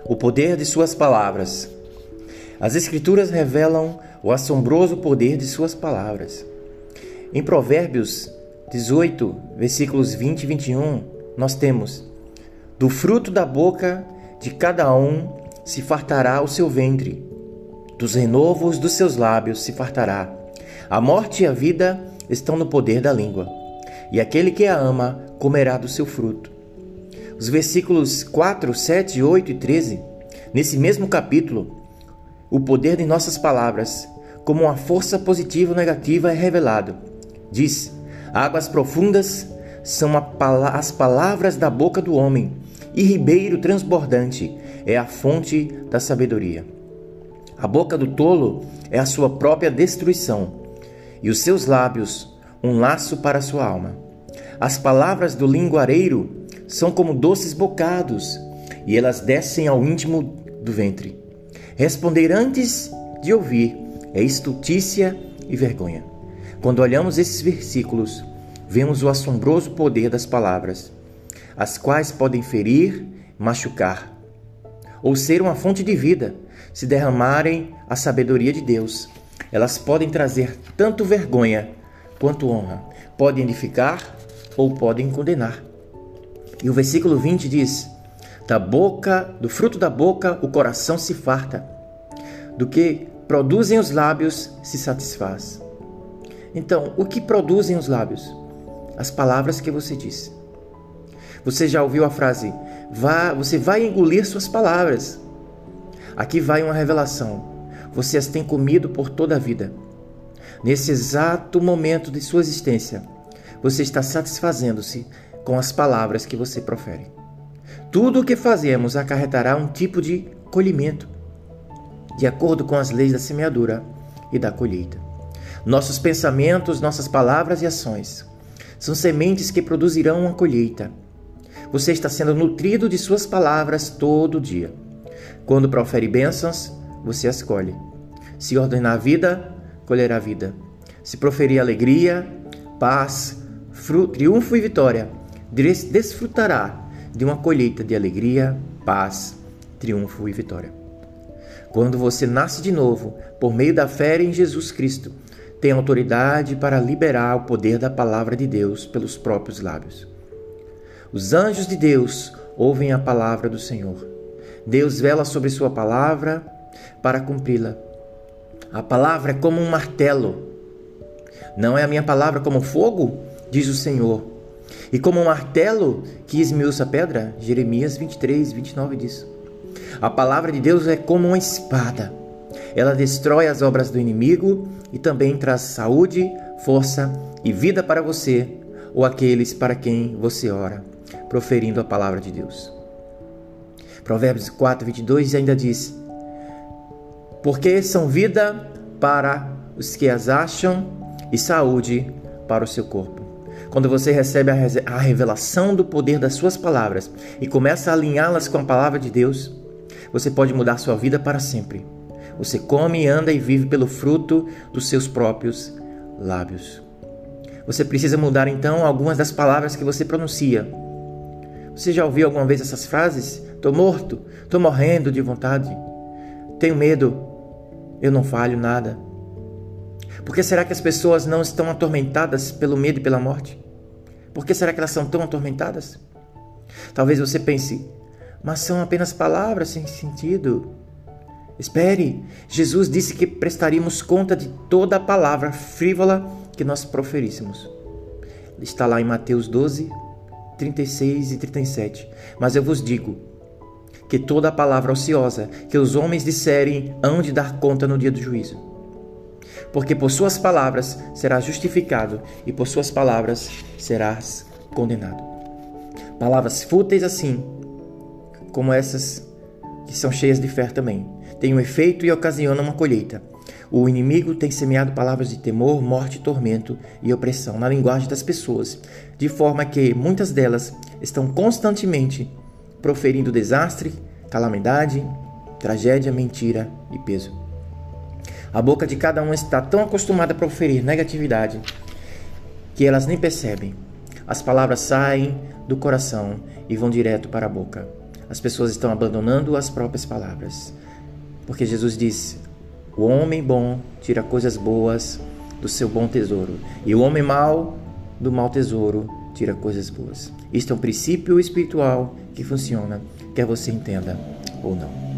O poder de suas palavras. As Escrituras revelam o assombroso poder de suas palavras. Em Provérbios 18, versículos 20 e 21, nós temos: do fruto da boca de cada um se fartará o seu ventre, dos renovos dos seus lábios se fartará. A morte e a vida estão no poder da língua, e aquele que a ama comerá do seu fruto. Os versículos 4, 7, 8 e 13, nesse mesmo capítulo, o poder de nossas palavras, como uma força positiva ou negativa, é revelado. Diz: águas profundas são as palavras da boca do homem, e ribeiro transbordante é a fonte da sabedoria. A boca do tolo é a sua própria destruição, e os seus lábios um laço para a sua alma. As palavras do linguareiro são como doces bocados, e elas descem ao íntimo do ventre. Responder antes de ouvir é estultícia e vergonha. Quando olhamos esses versículos, vemos o assombroso poder das palavras, as quais podem ferir, machucar, ou ser uma fonte de vida, se derramarem a sabedoria de Deus. Elas podem trazer tanto vergonha quanto honra, podem edificar ou podem condenar. E o versículo 20 diz: do fruto da boca o coração se farta, do que produzem os lábios se satisfaz. Então, o que produzem os lábios? As palavras que você diz. Você já ouviu a frase: você vai engolir suas palavras. Aqui vai uma revelação: você as tem comido por toda a vida. Nesse exato momento de sua existência, você está satisfazendo-se com as palavras que você profere. Tudo o que fazemos acarretará um tipo de colhimento, de acordo com as leis da semeadura e da colheita. Nossos pensamentos, nossas palavras e ações são sementes que produzirão uma colheita. Você está sendo nutrido de suas palavras todo dia. Quando profere bênçãos, você as colhe. Se ordenar a vida, colherá vida. Se proferir alegria, paz, triunfo e vitória, desfrutará de uma colheita de alegria, paz, triunfo e vitória. Quando você nasce de novo, por meio da fé em Jesus Cristo, tem autoridade para liberar o poder da palavra de Deus pelos próprios lábios. Os anjos de Deus ouvem a palavra do Senhor. Deus vela sobre sua palavra para cumpri-la. A palavra é como um martelo. Não é a minha palavra como fogo? Diz o Senhor. E como um martelo que esmiuça a pedra? Jeremias 23, 29 diz. A palavra de Deus é como uma espada. Ela destrói as obras do inimigo e também traz saúde, força e vida para você ou aqueles para quem você ora, proferindo a palavra de Deus. Provérbios 4, 22 ainda diz: porque são vida para os que as acham e saúde para o seu corpo. Quando você recebe a revelação do poder das suas palavras e começa a alinhá-las com a palavra de Deus, você pode mudar sua vida para sempre. Você come, anda e vive pelo fruto dos seus próprios lábios. Você precisa mudar então algumas das palavras que você pronuncia. Você já ouviu alguma vez essas frases? Estou morto, estou morrendo de vontade, tenho medo, eu não falho nada. Por que será que as pessoas não estão atormentadas pelo medo e pela morte? Por que será que elas são tão atormentadas? Talvez você pense: mas são apenas palavras sem sentido. Espere, Jesus disse que prestaríamos conta de toda a palavra frívola que nós proferíssemos. Está lá em Mateus 12, 36 e 37. Mas eu vos digo que toda a palavra ociosa que os homens disserem hão de dar conta no dia do juízo. Porque por suas palavras serás justificado e por suas palavras serás condenado. Palavras fúteis assim, como essas que são cheias de fé também, têm um efeito e ocasionam uma colheita. O inimigo tem semeado palavras de temor, morte, tormento e opressão na linguagem das pessoas, de forma que muitas delas estão constantemente proferindo desastre, calamidade, tragédia, mentira e peso. A boca de cada um está tão acostumada a proferir negatividade que elas nem percebem. As palavras saem do coração e vão direto para a boca. as pessoas estão abandonando as próprias palavras. Porque Jesus disse: o homem bom tira coisas boas do seu bom tesouro, e o homem mau do mau tesouro tira coisas boas. Isto é um princípio espiritual que funciona, quer você entenda ou não.